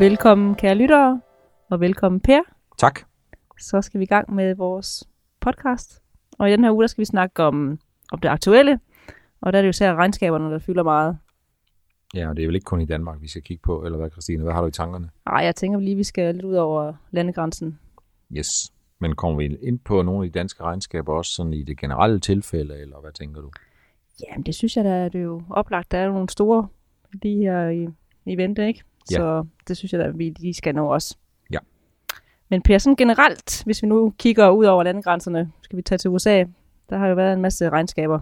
Velkommen kære lyttere, og velkommen Per. Tak. Så skal vi i gang med vores podcast. Og i den her uge, der skal vi snakke om det aktuelle. Og der er det jo især regnskaberne, der fylder meget. Ja, og det er vel ikke kun i Danmark, vi skal kigge på, eller hvad, Christine? Hvad har du i tankerne? Nej, jeg tænker lige, vi skal lidt ud over landegrænsen. Yes. Men kommer vi ind på nogle af de danske regnskaber også sådan i det generelle tilfælde, eller hvad tænker du? Jamen, det synes jeg, der er det jo oplagt. Der er jo nogle store lige her i vente, ikke? Ja. Så det synes jeg, at vi lige skal nå også. Ja. Men Per, sådan generelt, hvis vi nu kigger ud over landegrænserne, skal vi tage til USA. Der har jo været en masse regnskaber.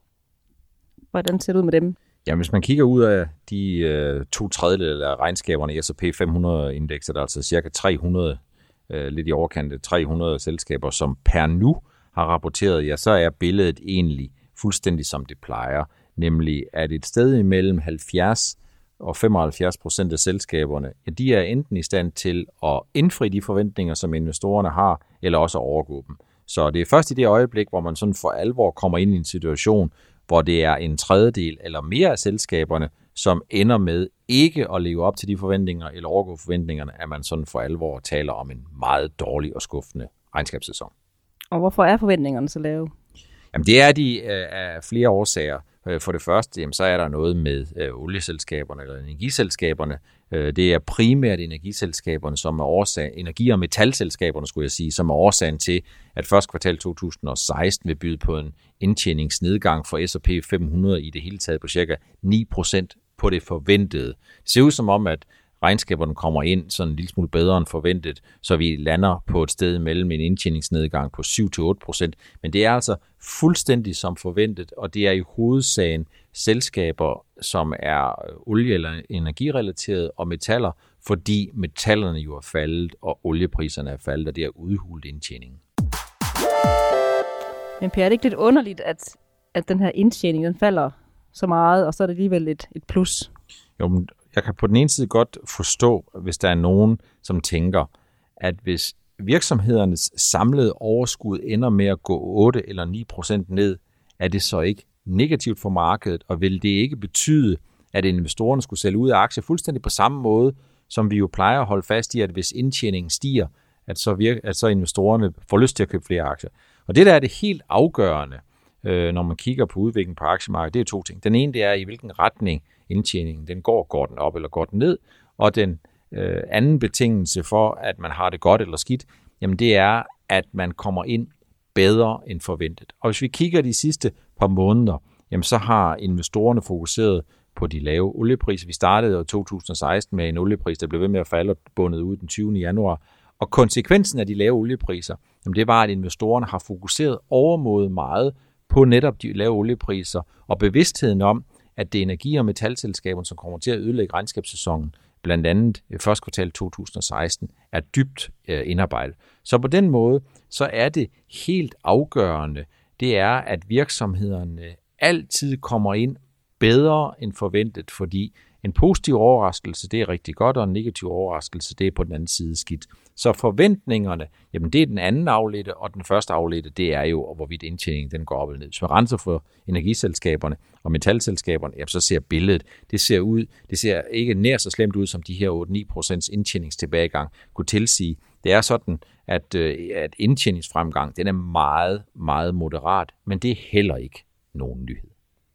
Hvordan ser det ud med dem? Ja, hvis man kigger ud af de 2/3 af regnskaberne i S&P 500-indekset, der er altså cirka 300, lidt i overkantet 300 selskaber, som per nu har rapporteret, ja, så er billedet egentlig fuldstændig som det plejer. Nemlig, at et sted imellem 70 og 75% af selskaberne, ja, de er enten i stand til at indfri de forventninger, som investorerne har, eller også at overgå dem. Så det er først i det øjeblik, hvor man sådan for alvor kommer ind i en situation, hvor det er en tredjedel eller mere af selskaberne, som ender med ikke at leve op til de forventninger eller overgå forventningerne, at man sådan for alvor taler om en meget dårlig og skuffende regnskabssæson. Og hvorfor er forventningerne så lave? Jamen, det er de af flere årsager. For det første, jamen, så er der noget med olieselskaberne eller energiselskaberne. Det er primært energiselskaberne, som er årsag, energi- og metalselskaberne, skulle jeg sige, som er årsagen til, at første kvartal 2016 vil byde på en indtjeningsnedgang for S&P 500 i det hele taget på cirka 9% på det forventede. Det ser ud som om, at regnskaberne kommer ind sådan en lille smule bedre end forventet, så vi lander på et sted mellem en indtjeningsnedgang på 7-8%. Men det er altså fuldstændig som forventet, og det er i hovedsagen selskaber, som er olie- eller energirelateret og metaller, fordi metallerne jo er faldet, og oliepriserne er faldet, og det er udhulet indtjeningen. Men Per, er det ikke lidt underligt, at den her indtjening, den falder så meget, og så er det alligevel et plus? Jo, men jeg kan på den ene side godt forstå, hvis der er nogen, som tænker, at hvis virksomhedernes samlede overskud ender med at gå 8 eller 9% ned, er det så ikke negativt for markedet, og vil det ikke betyde, at investorerne skulle sælge ud af aktier fuldstændig på samme måde, som vi jo plejer at holde fast i, at hvis indtjeningen stiger, at så investorerne får lyst til at købe flere aktier. Og det der er det helt afgørende, når man kigger på udviklingen på aktiemarkedet, det er to ting. Den ene, det er, i hvilken retning indtjeningen den går den op eller går den ned, og den anden betingelse for, at man har det godt eller skidt, jamen det er, at man kommer ind bedre end forventet. Og hvis vi kigger de sidste par måneder, jamen så har investorerne fokuseret på de lave oliepriser. Vi startede i 2016 med en oliepris, der blev ved med at falde og bundet ud den 20. januar. Og konsekvensen af de lave oliepriser, jamen det var, at investorerne har fokuseret overmåde meget på netop de lave oliepriser og bevidstheden om, at det er energi- og metalselskaberne, som kommer til at ødelægge regnskabssæsonen, blandt andet første kvartal 2016, er dybt indarbejdet. Så på den måde, så er det helt afgørende, det er, at virksomhederne altid kommer ind bedre end forventet, fordi en positiv overraskelse, det er rigtig godt, og en negativ overraskelse, det er på den anden side skidt. Så forventningerne, jamen det er den anden afledte, og den første afledte, det er jo, hvorvidt indtjeningen den går op eller ned. Hvis man renser for energiselskaberne og metalselskaberne, jamen så ser billedet, det ser ikke nær så slemt ud, som de her 8-9% indtjeningstilbagegang kunne tilsige. Det er sådan, at indtjeningsfremgang, den er meget, meget moderat, men det er heller ikke nogen nyhed.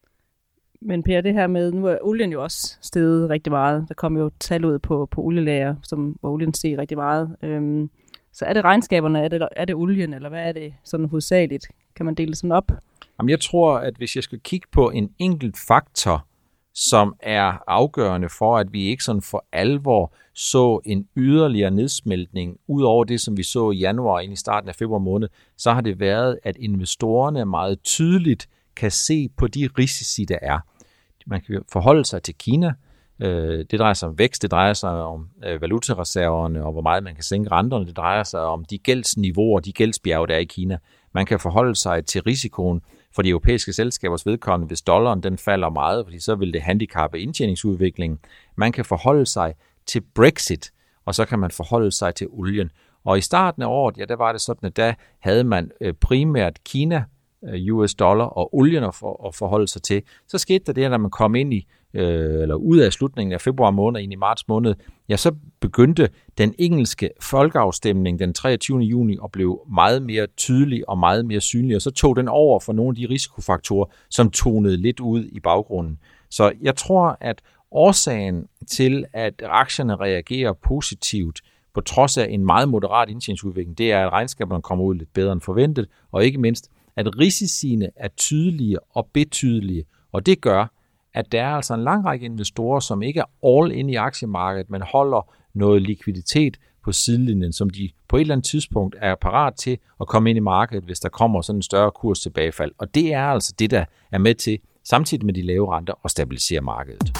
Men Per, det her med, nu er olien jo også steget rigtig meget. Der kom jo tal ud på olielager, hvor olien steg rigtig meget. Så er det regnskaberne, er det olien, eller hvad er det sådan hovedsageligt? Kan man dele sådan op? Jamen, jeg tror, at hvis jeg skal kigge på en enkelt faktor, som er afgørende for, at vi ikke sådan for alvor så en yderligere nedsmeltning ud over det, som vi så i januar ind i starten af februar måned, så har det været, at investorerne meget tydeligt kan se på de risici, der er. Man kan forholde sig til Kina. Det drejer sig om vækst, det drejer sig om valutareserverne og hvor meget man kan sænke renterne. Det drejer sig om de gældsniveauer, de gældsbjerge, der er i Kina. Man kan forholde sig til risikoen for de europæiske selskabers vedkommende, hvis dollaren den falder meget, fordi så vil det handicappe indtjeningsudviklingen. Man kan forholde sig til Brexit, og så kan man forholde sig til olien. Og i starten af året, ja, der var det sådan, at der havde man primært Kina US dollar og olien at forholde sig til. Så skete der det, når man kom ind i, eller ud af slutningen af februar måned, ind i marts måned, ja, så begyndte den engelske folkeafstemning den 23. juni at blive meget mere tydelig og meget mere synlig, og så tog den over for nogle af de risikofaktorer, som tonede lidt ud i baggrunden. Så jeg tror, at årsagen til, at aktierne reagerer positivt, på trods af en meget moderat indtjeningsudvikling, det er, at regnskaberne kommer ud lidt bedre end forventet, og ikke mindst, at risiciene er tydelige og betydelige, og det gør, at der er altså en lang række investorer, som ikke er all in i aktiemarkedet, men holder noget likviditet på sidelinjen, som de på et eller andet tidspunkt er parat til at komme ind i markedet, hvis der kommer sådan en større kurstilbagefald. Og det er altså det, der er med til, samtidig med de lave renter, at stabilisere markedet.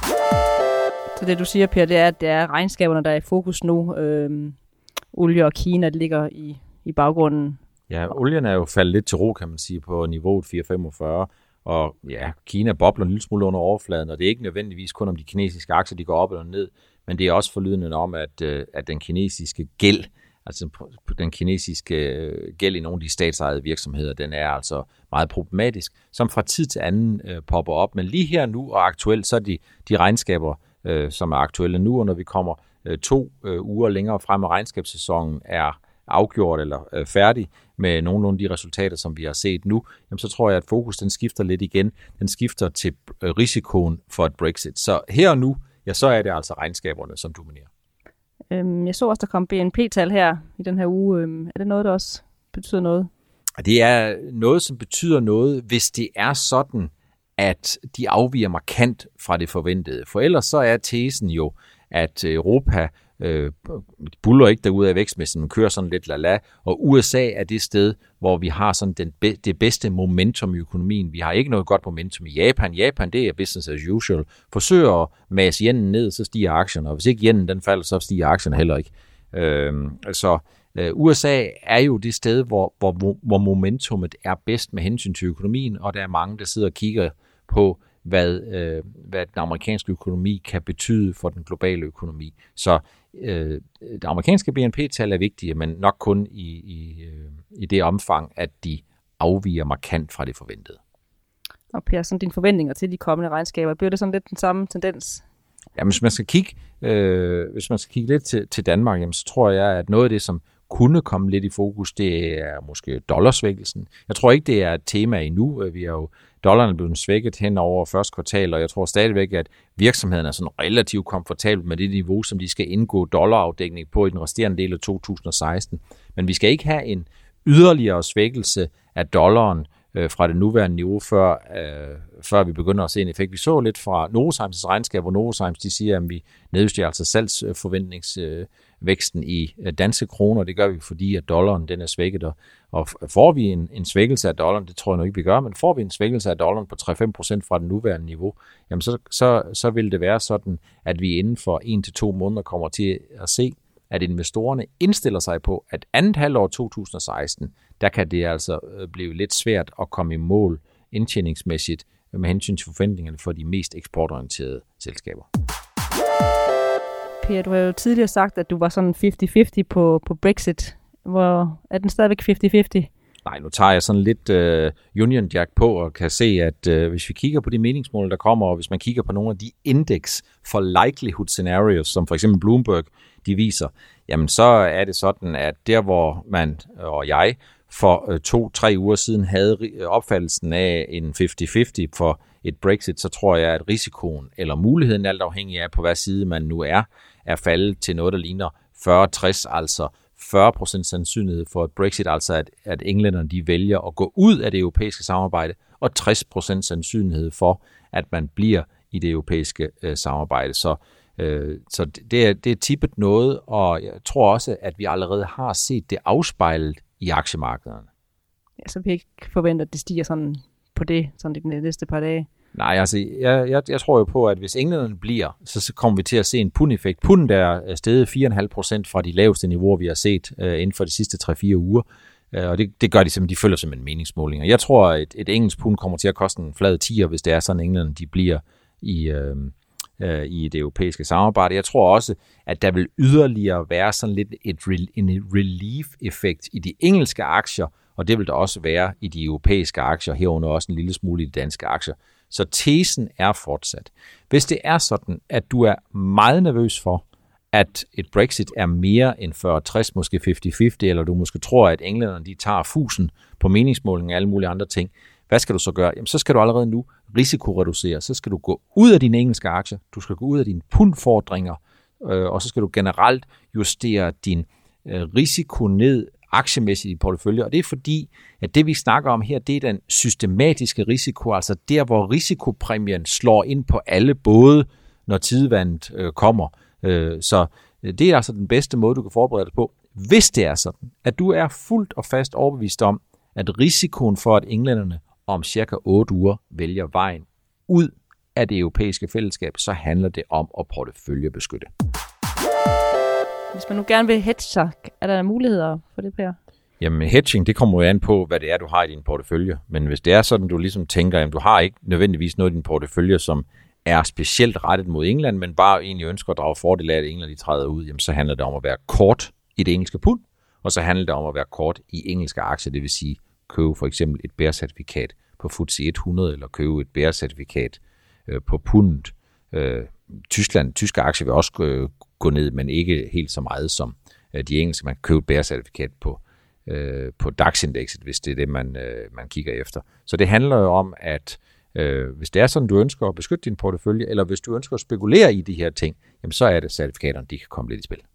Så det du siger, Per, det er, at det er regnskaberne, der er i fokus nu. Olie og Kina, det ligger i baggrunden. Ja, olien er jo faldet lidt til ro, kan man sige, på niveauet 4,45. Og ja, Kina bobler en lille smule under overfladen, og det er ikke nødvendigvis kun om de kinesiske aktier, de går op eller ned, men det er også forlydende om, at den kinesiske gæld, altså den kinesiske gæld i nogle af de statsejede virksomheder, den er altså meget problematisk, som fra tid til anden popper op. Men lige her nu og aktuelt, så er de regnskaber, som er aktuelle nu, og når vi kommer 2 uger længere frem, og regnskabssæsonen er afgjort eller færdig med nogle af de resultater, som vi har set nu, jamen så tror jeg, at fokus den skifter lidt igen. Den skifter til risikoen for et Brexit. Så her og nu, ja, så er det altså regnskaberne, som dominerer. Jeg så også, der kom BNP-tal her i den her uge. Er det noget, der også betyder noget? Det er noget, som betyder noget, hvis det er sådan, at de afviger markant fra det forventede. For ellers så er tesen jo, at Europa buller ikke derud af vækstmæssigt, men kører sådan lidt lala, og USA er det sted, hvor vi har sådan det bedste momentum i økonomien. Vi har ikke noget godt momentum i Japan. Japan, det er business as usual. Forsøger at mase yenen ned, så stiger aktierne, og hvis ikke yenen den falder, så stiger aktierne heller ikke. USA er jo det sted, hvor momentumet er bedst med hensyn til økonomien, og der er mange, der sidder og kigger på, hvad den amerikanske økonomi kan betyde for den globale økonomi. Så det amerikanske BNP-tal er vigtige, men nok kun i det omfang, at de afviger markant fra det forventede. Og Per, sådan dine forventninger til de kommende regnskaber, bliver det sådan lidt den samme tendens? Jamen, hvis man skal kigge lidt til Danmark, jamen, så tror jeg, at noget af det, som kunne komme lidt i fokus, det er måske dollarsvækkelsen. Jeg tror ikke, det er et tema endnu. Dollaren er blevet svækket hen over første kvartal, og jeg tror stadigvæk, at virksomhederne er sådan relativt komfortabel med det niveau, som de skal indgå dollarafdækning på i den resterende del af 2016. Men vi skal ikke have en yderligere svækkelse af dollaren fra det nuværende niveau, før vi begynder at se en effekt. Vi så lidt fra Novozymes regnskab, hvor Novozymes de siger, at vi nedjusterer altså salgsforventningsvæksten i danske kroner. Det gør vi, fordi at dollaren den er svækket. Og får vi en svækkelse af dollaren, det tror jeg nok ikke, vi gør, men får vi en svækkelse af dollaren på 3-5% fra det nuværende niveau, jamen så vil det være sådan, at vi inden for 1 til 2 måneder kommer til at se, at investorerne indstiller sig på, at andet halvår 2016, der kan det altså blive lidt svært at komme i mål indtjeningsmæssigt med hensyn til forventningerne for de mest eksportorienterede selskaber. Per, du har jo tidligere sagt, at du var sådan 50-50 på Brexit. Hvor er den stadigvæk 50-50? Nej, nu tager jeg sådan lidt Union Jack på og kan se, at hvis vi kigger på de meningsmål, der kommer, og hvis man kigger på nogle af de index for likelihood scenarios, som for eksempel Bloomberg, de viser, jamen så er det sådan, at der hvor man og jeg for 2-3 uger siden havde opfattelsen af en 50-50 for et Brexit, så tror jeg, at risikoen eller muligheden, alt afhængig af på hvad side man nu er faldet til noget, der ligner 40-60, altså 40% sandsynlighed for et Brexit, altså at englænderne de vælger at gå ud af det europæiske samarbejde, og 60% sandsynlighed for, at man bliver i det europæiske samarbejde. Så det er tippet noget, og jeg tror også, at vi allerede har set det afspejlet i aktiemarkederne. Ja, så vi ikke forventer, at det stiger sådan på det, sådan i de næste par dage. Nej, altså jeg tror jo på, at hvis englænderne bliver, så kommer vi til at se en pund-effekt. Punden der er steget 4,5% fra de laveste niveauer, vi har set inden for de sidste 3-4 uger. Og det gør de simpelthen, de følger simpelthen meningsmålinger. Jeg tror, at et engelsk pund kommer til at koste en flad 10'er, hvis det er sådan, englænderne de bliver i det europæiske samarbejde. Jeg tror også, at der vil yderligere være sådan lidt en relief-effekt i de engelske aktier og det vil der også være i de europæiske aktier, herunder også en lille smule i de danske aktier. Så tesen er fortsat. Hvis det er sådan, at du er meget nervøs for, at et Brexit er mere end 40-60, måske 50-50, eller du måske tror, at englænderne de tager fusen på meningsmåling og alle mulige andre ting, hvad skal du så gøre? Jamen, så skal du allerede nu risikoreducere. Så skal du gå ud af dine engelske aktier, du skal gå ud af dine pundfordringer, og så skal du generelt justere din risiko ned aktiemæssigt i portefølje. Og det er fordi, at det vi snakker om her, det er den systematiske risiko, altså der, hvor risikopræmien slår ind på alle både, når tidevandet kommer. Så det er altså den bedste måde, du kan forberede dig på. Hvis det er sådan, at du er fuldt og fast overbevist om, at risikoen for, at englænderne om cirka 8 uger vælger vejen ud af det europæiske fællesskab, så handler det om at porteføljebeskytte. Hvis man nu gerne vil hedge sig, er der muligheder for det, Per? Jamen hedging, det kommer jo an på, hvad det er, du har i din portefølje. Men hvis det er sådan, du ligesom tænker, at du har ikke nødvendigvis noget i din portefølje, som er specielt rettet mod England, men bare egentlig ønsker at drage fordel af, at England de træder ud, jamen så handler det om at være kort i det engelske pund, og så handler det om at være kort i engelske aktier, det vil sige købe for eksempel et bærecertifikat på FTSE 100, eller købe et bærecertifikat på pundet. Tyske aktier vil også gå ned, men ikke helt så meget som de engelske. Man kan købe et bærecertifikat på DAX-indekset, hvis det er det, man kigger efter. Så det handler jo om, at hvis det er sådan, du ønsker at beskytte din portefølje, eller hvis du ønsker at spekulere i de her ting, jamen så er det certifikaterne, de kan komme lidt i spil.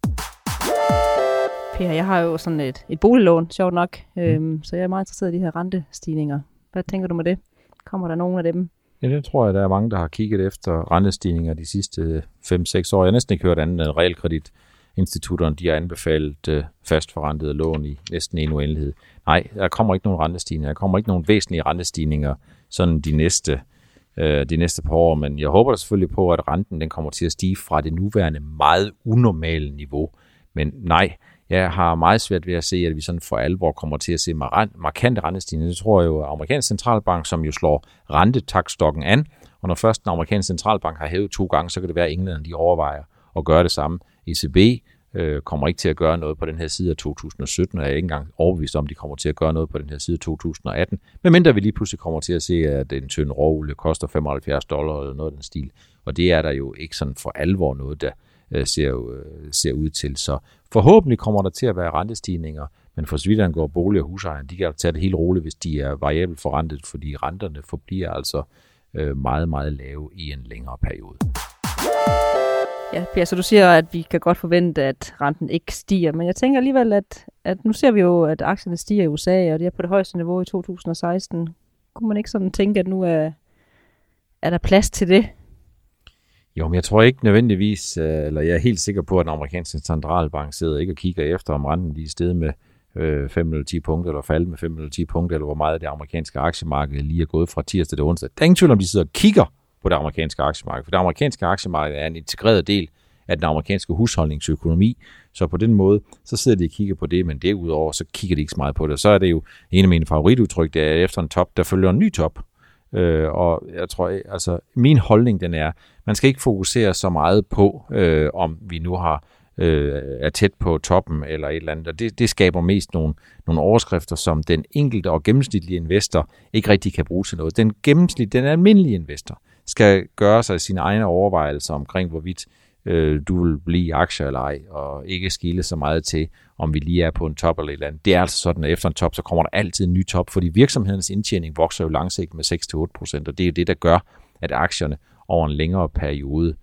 Per, jeg har jo sådan et boliglån, sjovt nok, så jeg er meget interesseret i de her rentestigninger. Hvad tænker du med det? Kommer der nogen af dem? Ja, det tror jeg, der er mange, der har kigget efter rentestigninger de sidste 5-6 år. Jeg har næsten ikke hørt andet end realkreditinstitutterne, de har anbefalet fastforrentede lån i næsten en uendelighed. Nej, der kommer ikke nogen rentestigninger. Der kommer ikke nogen væsentlige rentestigninger sådan de næste par år, men jeg håber da selvfølgelig på, at renten den kommer til at stige fra det nuværende meget unormale niveau. Men nej, jeg har meget svært ved at se, at vi sådan for alvor kommer til at se markante rentestigninger. Det tror jeg jo, at amerikansk centralbank, som jo slår rentetaktstokken an, og når først den amerikanske centralbank har hævet 2 gange, så kan det være, at englænderne de overvejer at gøre det samme. ECB kommer ikke til at gøre noget på den her side af 2017, og jeg er ikke engang overbevist om, at de kommer til at gøre noget på den her side af 2018, medmindre vi lige pludselig kommer til at se, at en tynd råolie koster $75 eller noget af den stil, og det er der jo ikke sådan for alvor noget, der ser ud til. Så forhåbentlig kommer der til at være rentestigninger, men for så vidt angår bolig- og husejerne, de kan tage det helt roligt, hvis de er variabelt forrentet, fordi renterne forbliver altså meget, meget lave i en længere periode. Ja, Per, så du siger, at vi kan godt forvente, at renten ikke stiger, men jeg tænker alligevel, at nu ser vi jo, at aktierne stiger i USA, og det er på det højeste niveau i 2016. Kunne man ikke sådan tænke, at nu er der plads til det? Jo, men jeg tror ikke nødvendigvis, eller jeg er helt sikker på, at den amerikanske centralbank sidder ikke og kigger efter, om renten lige er steget med 5 eller 10 punkter, eller faldet med 5 eller 10 punkter, eller hvor meget det amerikanske aktiemarked lige er gået fra tirsdag til onsdag. Der er ingen tvivl om, de sidder og kigger på det amerikanske aktiemarked, for det amerikanske aktiemarked er en integreret del af den amerikanske husholdningsøkonomi, så på den måde, så sidder de og kigger på det, men derudover, så kigger de ikke så meget på det. Så er det jo en af mine favoritudtryk, det er efter en top, der følger en ny top. Og jeg tror, altså min holdning den er, man skal ikke fokusere så meget på, om vi nu er tæt på toppen eller et eller andet, og det skaber mest nogle overskrifter, som den enkelte og gennemsnitlige investor ikke rigtig kan bruge til noget. Den almindelige investor skal gøre sig sine egne overvejelser omkring, hvorvidt du vil blive aktier eller ej, og ikke skille så meget til, om vi lige er på en top eller et eller andet. Det er altså sådan, at efter en top, så kommer der altid en ny top, fordi virksomhedernes indtjening vokser jo langsigtet med 6-8%, og det er jo det, der gør, at aktierne over en længere periode,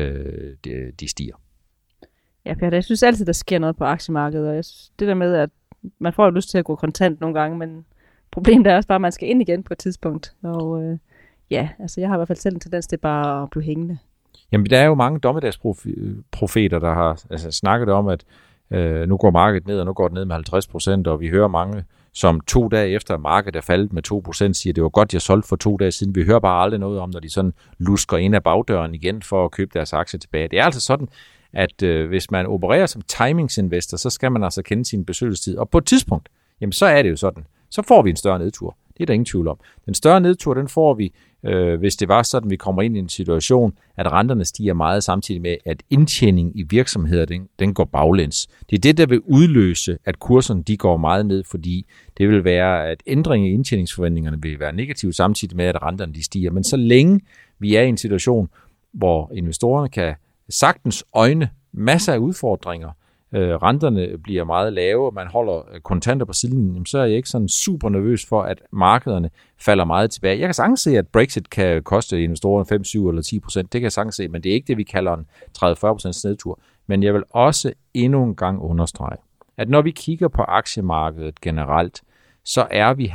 de stiger. Ja, Per, jeg synes altid, der sker noget på aktiemarkedet, og det der med, at man får jo lyst til at gå kontant nogle gange, men problemet er også bare, at man skal ind igen på et tidspunkt. Og ja, altså jeg har i hvert fald selv en tendens til bare at blive hængende. Jamen, der er jo mange dommedagsprofeter, der har snakket om, at nu går markedet ned, og nu går det ned med 50%, og vi hører mange, som 2 dage efter markedet er faldet med 2%, siger, det var godt, jeg solgte for 2 dage siden. Vi hører bare aldrig noget om, når de sådan lusker ind ad bagdøren igen for at købe deres aktier tilbage. Det er altså sådan, at hvis man opererer som timingsinvestor, så skal man altså kende sin besøgelsestid. Og på et tidspunkt, jamen så er det jo sådan, så får vi en større nedtur. Det er der ingen tvivl om. Den større nedtur, den får vi hvis det var sådan, at vi kommer ind i en situation, at renterne stiger meget, samtidig med, at indtjening i virksomheder, den går baglæns. Det er det, der vil udløse, at kurserne de går meget ned, fordi det vil være, at ændringen i indtjeningsforventningerne vil være negativ, samtidig med, at renterne de stiger. Men så længe vi er i en situation, hvor investorerne kan sagtens øjne masser af udfordringer, renterne bliver meget lave, og man holder kontanter på sidelinjen, så er jeg ikke sådan super nervøs for, at markederne falder meget tilbage. Jeg kan sagtens se, at Brexit kan koste investorerne 5, 7 eller 10%. Det kan jeg sagtens se, men det er ikke det, vi kalder en 30-40% nedtur. Men jeg vil også endnu en gang understrege, at når vi kigger på aktiemarkedet generelt, så er vi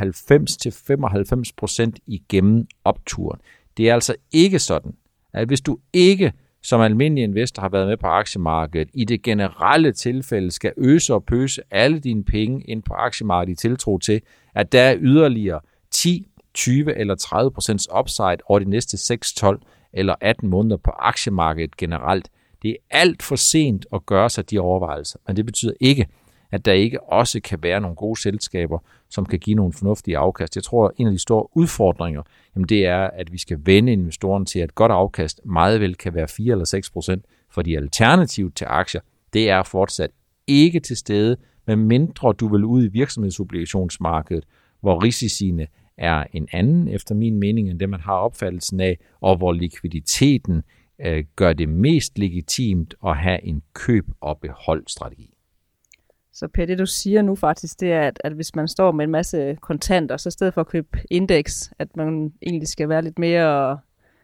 90-95% igennem opturen. Det er altså ikke sådan, at hvis du ikke som almindelig investor har været med på aktiemarkedet, i det generelle tilfælde skal øse og pøse alle dine penge ind på aktiemarkedet i tiltro til, at der er yderligere 10, 20 eller 30% upside over de næste 6, 12 eller 18 måneder på aktiemarkedet generelt. Det er alt for sent at gøre sig de overvejelser, men det betyder ikke, at der ikke også kan være nogle gode selskaber, som kan give nogle fornuftige afkast. Jeg tror, at en af de store udfordringer, jamen det er, at vi skal vende investorerne til, at godt afkast meget vel kan være 4 eller 6%, fordi alternativet til aktier, det er fortsat ikke til stede, medmindre du vil ud i virksomhedsobligationsmarkedet, hvor risiciene er en anden, efter min mening, end det man har opfattelsen af, og hvor likviditeten gør det mest legitimt at have en køb- og behold-strategi. Så Per, det du siger nu faktisk, det er, at hvis man står med en masse kontanter, så i stedet for at købe indeks, at man egentlig skal være lidt mere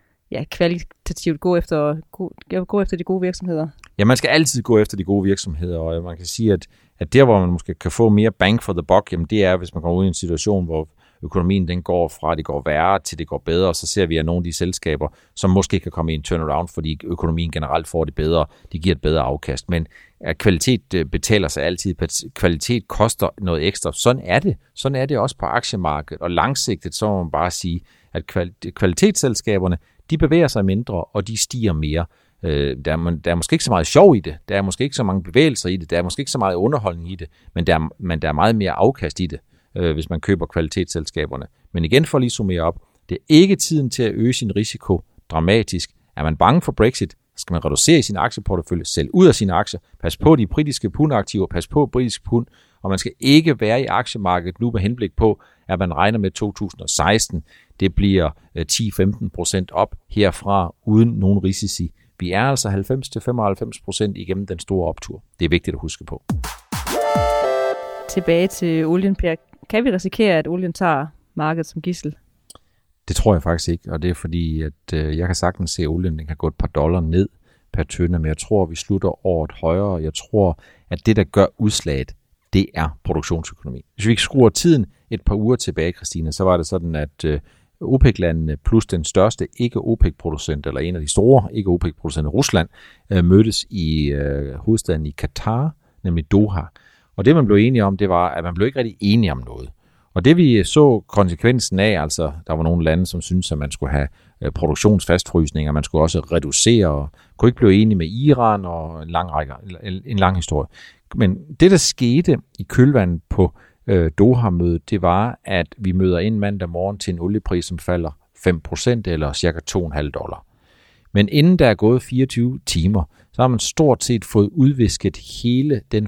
kvalitativt gå efter de gode virksomheder. Ja, man skal altid gå efter de gode virksomheder, og man kan sige, at der, hvor man måske kan få mere bang for the buck, jamen det er, hvis man kommer ud i en situation, hvor økonomien den går fra, det går værre til det går bedre, og så ser vi, at nogle af de selskaber, som måske kan komme i en turnaround, fordi økonomien generelt får det bedre, de giver et bedre afkast. Men kvalitet betaler sig altid. Kvalitet koster noget ekstra. Sådan er det. Sådan er det også på aktiemarkedet. Og langsigtet, så må man bare sige, at kvalitetsselskaberne, de bevæger sig mindre, og de stiger mere. Der er måske ikke så meget sjov i det. Der er måske ikke så mange bevægelser i det. Der er måske ikke så meget underholdning i det. Men der er meget mere afkast i det, hvis man køber kvalitetsselskaberne. Men igen for lige at summere op, det er ikke tiden til at øge sin risiko dramatisk. Er man bange for Brexit, skal man reducere sin aktieportefølje, sælge ud af sine aktier, pas på de britiske pundaktiver, pas på britiske pund, og man skal ikke være i aktiemarkedet nu med henblik på, at man regner med 2016. Det bliver 10-15% op herfra uden nogen risici. Vi er altså 90-95% igennem den store optur. Det er vigtigt at huske på. Tilbage til olien, Per. Kan vi risikere, at olien tager markedet som gidsel? Det tror jeg faktisk ikke, og det er fordi, at jeg kan sagtens se, at olien kan gå et par dollar ned per tønde, men jeg tror, at vi slutter året højere. Jeg tror, at det, der gør udslaget, det er produktionsøkonomi. Hvis vi ikke skruer tiden et par uger tilbage, Christina, så var det sådan, at OPEC-landene plus den største ikke-OPEC-producent, eller en af de store ikke-OPEC-producenter, Rusland, mødtes i hovedstaden i Katar, nemlig Doha. Og det, man blev enige om, det var, at man blev ikke rigtig enige om noget. Og det vi så konsekvensen af, altså der var nogle lande, som syntes, at man skulle have produktionsfastfrysninger, man skulle også reducere, og kunne ikke blive enige med Iran og en lang historie. Men det, der skete i kølvandet på Doha-mødet, det var, at vi møder ind mandag morgen til en oliepris, som falder 5% eller ca. $2,5. Men inden der er gået 24 timer, så har man stort set fået udvisket hele det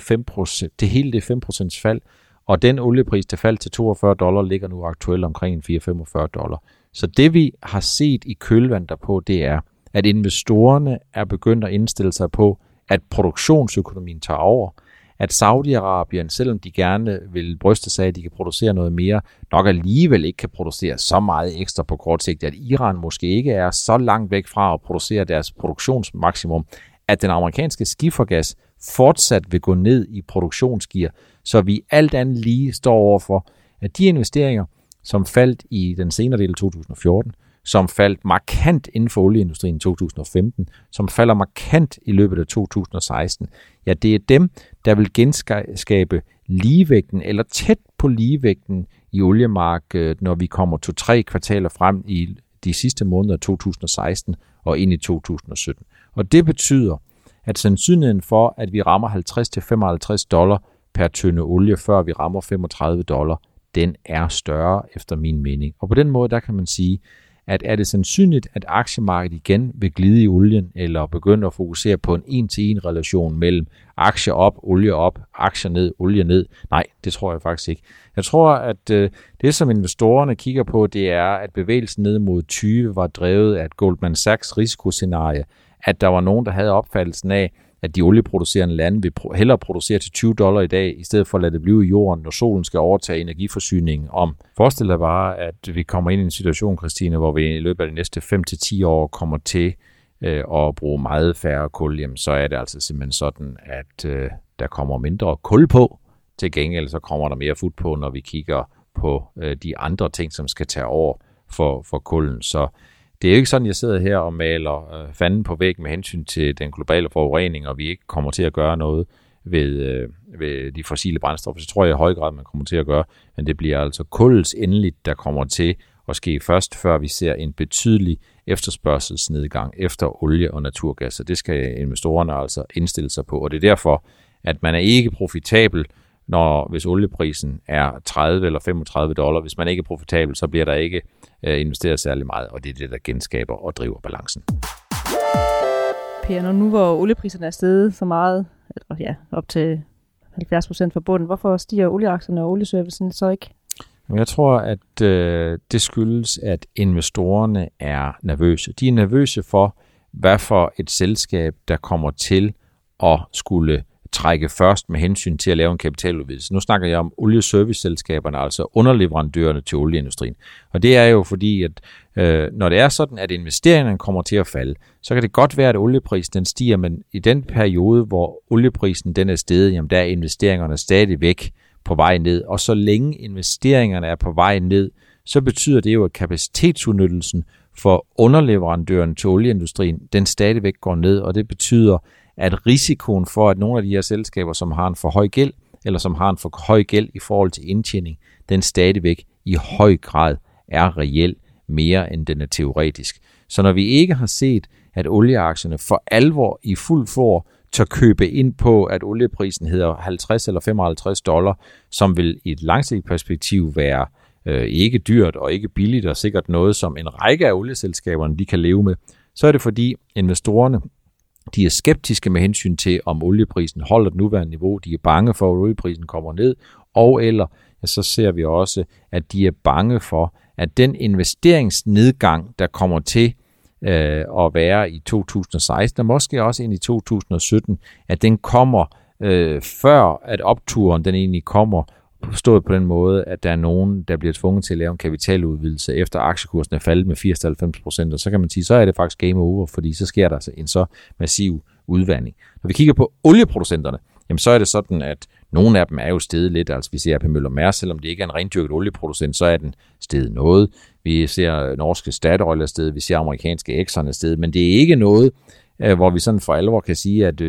5% fald, og den oliepris, der faldt til $42, ligger nu aktuelt omkring $4,45. Så det vi har set i kølvandet derpå, det er, at investorerne er begyndt at indstille sig på, at produktionsøkonomien tager over, at Saudi-Arabien, selvom de gerne vil bryste sig af, at de kan producere noget mere, nok alligevel ikke kan producere så meget ekstra på kort sigt, at Iran måske ikke er så langt væk fra at producere deres produktionsmaksimum, at den amerikanske skifergas fortsat vil gå ned i produktionsgear, så vi alt andet lige står overfor, at de investeringer, som faldt i den senere del af 2014, som faldt markant inden for olieindustrien i 2015, som falder markant i løbet af 2016, ja, det er dem, der vil genskabe ligevægten eller tæt på ligevægten i oliemarkedet, når vi kommer 2-3 kvartaler frem i de sidste måneder af 2016 og ind i 2017. Og det betyder, at sandsynligheden for, at vi rammer $50-55 per tønde olie, før vi rammer $35, den er større efter min mening. Og på den måde, der kan man sige, at er det sandsynligt, at aktiemarkedet igen vil glide i olien, eller begynde at fokusere på en en-til-en relation mellem aktier op, olie op, aktier ned, olie ned? Nej, det tror jeg faktisk ikke. Jeg tror, at det, som investorerne kigger på, det er, at bevægelsen ned mod 20 var drevet af et Goldman Sachs risikoscenarie, at der var nogen, der havde opfattelsen af, at de olieproducerende lande vil hellere producere til $20 i dag, i stedet for at lade det blive i jorden, når solen skal overtage energiforsyningen om. Forestil dig bare, at vi kommer ind i en situation, Christine, hvor vi i løbet af de næste 5-10 år kommer til at bruge meget færre kul. Jamen, så er det altså simpelthen sådan, at der kommer mindre kul på. Til gengæld så kommer der mere fut på, når vi kigger på de andre ting, som skal tage over for kulden. Så det er jo ikke sådan, jeg sidder her og maler fanden på væg med hensyn til den globale forurening, og vi ikke kommer til at gøre noget ved de fossile brændstoffer. Så tror jeg i høj grad, man kommer til at gøre, men det bliver altså kullets endeligt, der kommer til at ske først, før vi ser en betydelig efterspørgselsnedgang efter olie og naturgas. Så det skal investorerne altså indstille sig på, og det er derfor, at man er ikke profitabel, hvis olieprisen er $30 eller $35. Hvis man ikke er profitabel, så bliver der ikke investeret særlig meget, og det er det, der genskaber og driver balancen. Per, når nu hvor oliepriserne er steget så meget, op til 70% fra bunden, hvorfor stiger olieaktierne og olieservicen så ikke? Jeg tror, at det skyldes, at investorerne er nervøse. De er nervøse for, hvad for et selskab, der kommer til at skulle trække først med hensyn til at lave en kapitaludvidelse. Nu snakker jeg om olieserviceselskaberne, altså underleverandørerne til olieindustrien. Og det er jo fordi, at når det er sådan, at investeringerne kommer til at falde, så kan det godt være, at olieprisen den stiger, men i den periode, hvor olieprisen den er steget, jamen der er investeringerne stadigvæk på vej ned. Og så længe investeringerne er på vej ned, så betyder det jo, at kapacitetsudnyttelsen for underleverandøren til olieindustrien, den stadigvæk går ned, og det betyder, at risikoen for, at nogle af de her selskaber, som har en for høj gæld, eller som har en for høj gæld i forhold til indtjening, den stadigvæk i høj grad er reel mere, end den er teoretisk. Så når vi ikke har set, at olieaktierne for alvor i fuld flor tør købe ind på, at olieprisen hedder $50 eller $55, som vil i et langsigtet perspektiv være ikke dyrt og ikke billigt, og sikkert noget, som en række af olieselskaberne de kan leve med, så er det fordi investorerne de er skeptiske med hensyn til, om olieprisen holder det nuværende niveau. De er bange for, at olieprisen kommer ned, og eller så ser vi også, at de er bange for, at den investeringsnedgang, der kommer til at være i 2016, og måske også ind i 2017, at den kommer før, at opturen den egentlig kommer, forstået på den måde, at der er nogen, der bliver tvunget til at lave en kapitaludvidelse, efter aktiekursen er faldet med 80-90%, og så kan man sige, så er det faktisk game over, fordi så sker der altså en så massiv udvandring. Når vi kigger på olieproducenterne, jamen så er det sådan, at nogle af dem er jo steget lidt, altså vi ser AP Møller Mærsk, selvom det ikke er en rendyrket olieproducent, så er den steget noget. Vi ser norske Statoil er steget, vi ser amerikanske Exxon er steget, men det er ikke noget, hvor vi sådan for alvor kan sige, at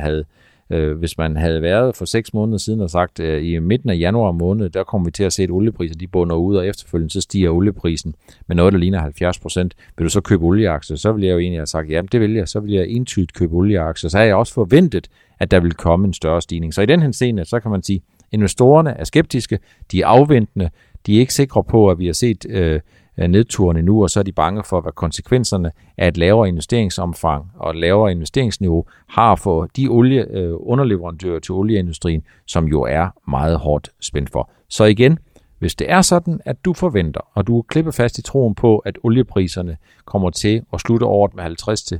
hvis man havde været for 6 måneder siden og sagt, i midten af januar måned, der kommer vi til at se, at oliepriser de bunder ud, og efterfølgende så stiger olieprisen med noget, der ligner 70%. Vil du så købe olieaktier? Så vil jeg jo egentlig have sagt, ja, det vil jeg. Så vil jeg entydigt købe olieaktier. Så har jeg også forventet, at der vil komme en større stigning. Så i den henseende, så kan man sige, investorerne er skeptiske, de er afventende, de er ikke sikre på, at vi har set nedturen endnu, og så er de bange for, hvad konsekvenserne af et lavere investeringsomfang og et lavere investeringsniveau har for de underleverandører til olieindustrien, som jo er meget hårdt spændt for. Så igen, hvis det er sådan, at du forventer, og du er klippet fast i troen på, at oliepriserne kommer til at slutte året med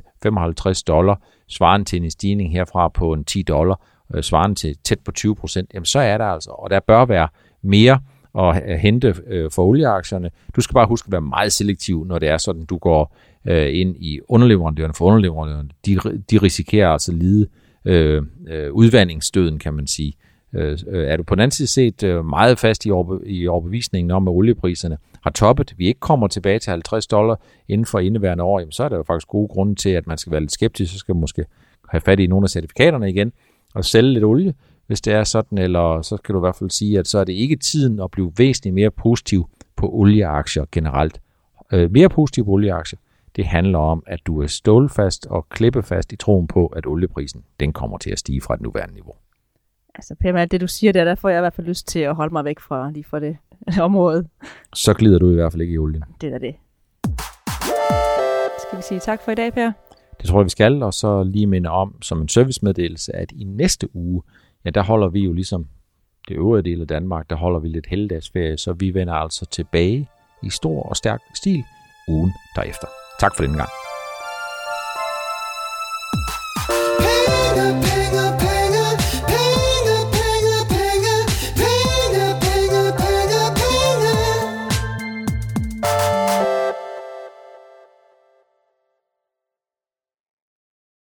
$50-55, svarende til en stigning herfra på en $10, svarende til tæt på 20%, jamen så er der altså, og der bør være mere at hente for olieaktierne. Du skal bare huske at være meget selektiv, når det er sådan, du går ind i underleverandørerne. For underleverandørerne, de risikerer altså lide udvandingsstøden, kan man sige. Er du på den anden side set meget fast i overbevisningen om, at oliepriserne har toppet, vi ikke kommer tilbage til $50 inden for indeværende år, jamen, så er der jo faktisk gode grunde til, at man skal være lidt skeptisk, så skal man måske have fat i nogle af certifikaterne igen og sælge lidt olie, hvis det er sådan, eller så kan du i hvert fald sige, at så er det ikke tiden at blive væsentligt mere positiv på olieaktier generelt. Mere positiv på olieaktier, det handler om, at du er stålfast og klippefast i troen på, at olieprisen, den kommer til at stige fra et nuværende niveau. Altså Per, med alt det du siger der får jeg i hvert fald lyst til at holde mig væk fra lige fra det område. Så glider du i hvert fald ikke i olien. Det er det. Skal vi sige tak for i dag, Per? Det tror jeg, vi skal, og så lige minde om som en servicemeddelelse, at i næste uge, ja, der holder vi jo ligesom det øvrige del af Danmark, der holder vi lidt helligdagsferie, så vi vender altså tilbage i stor og stærk stil ugen derefter. Tak for denne gang.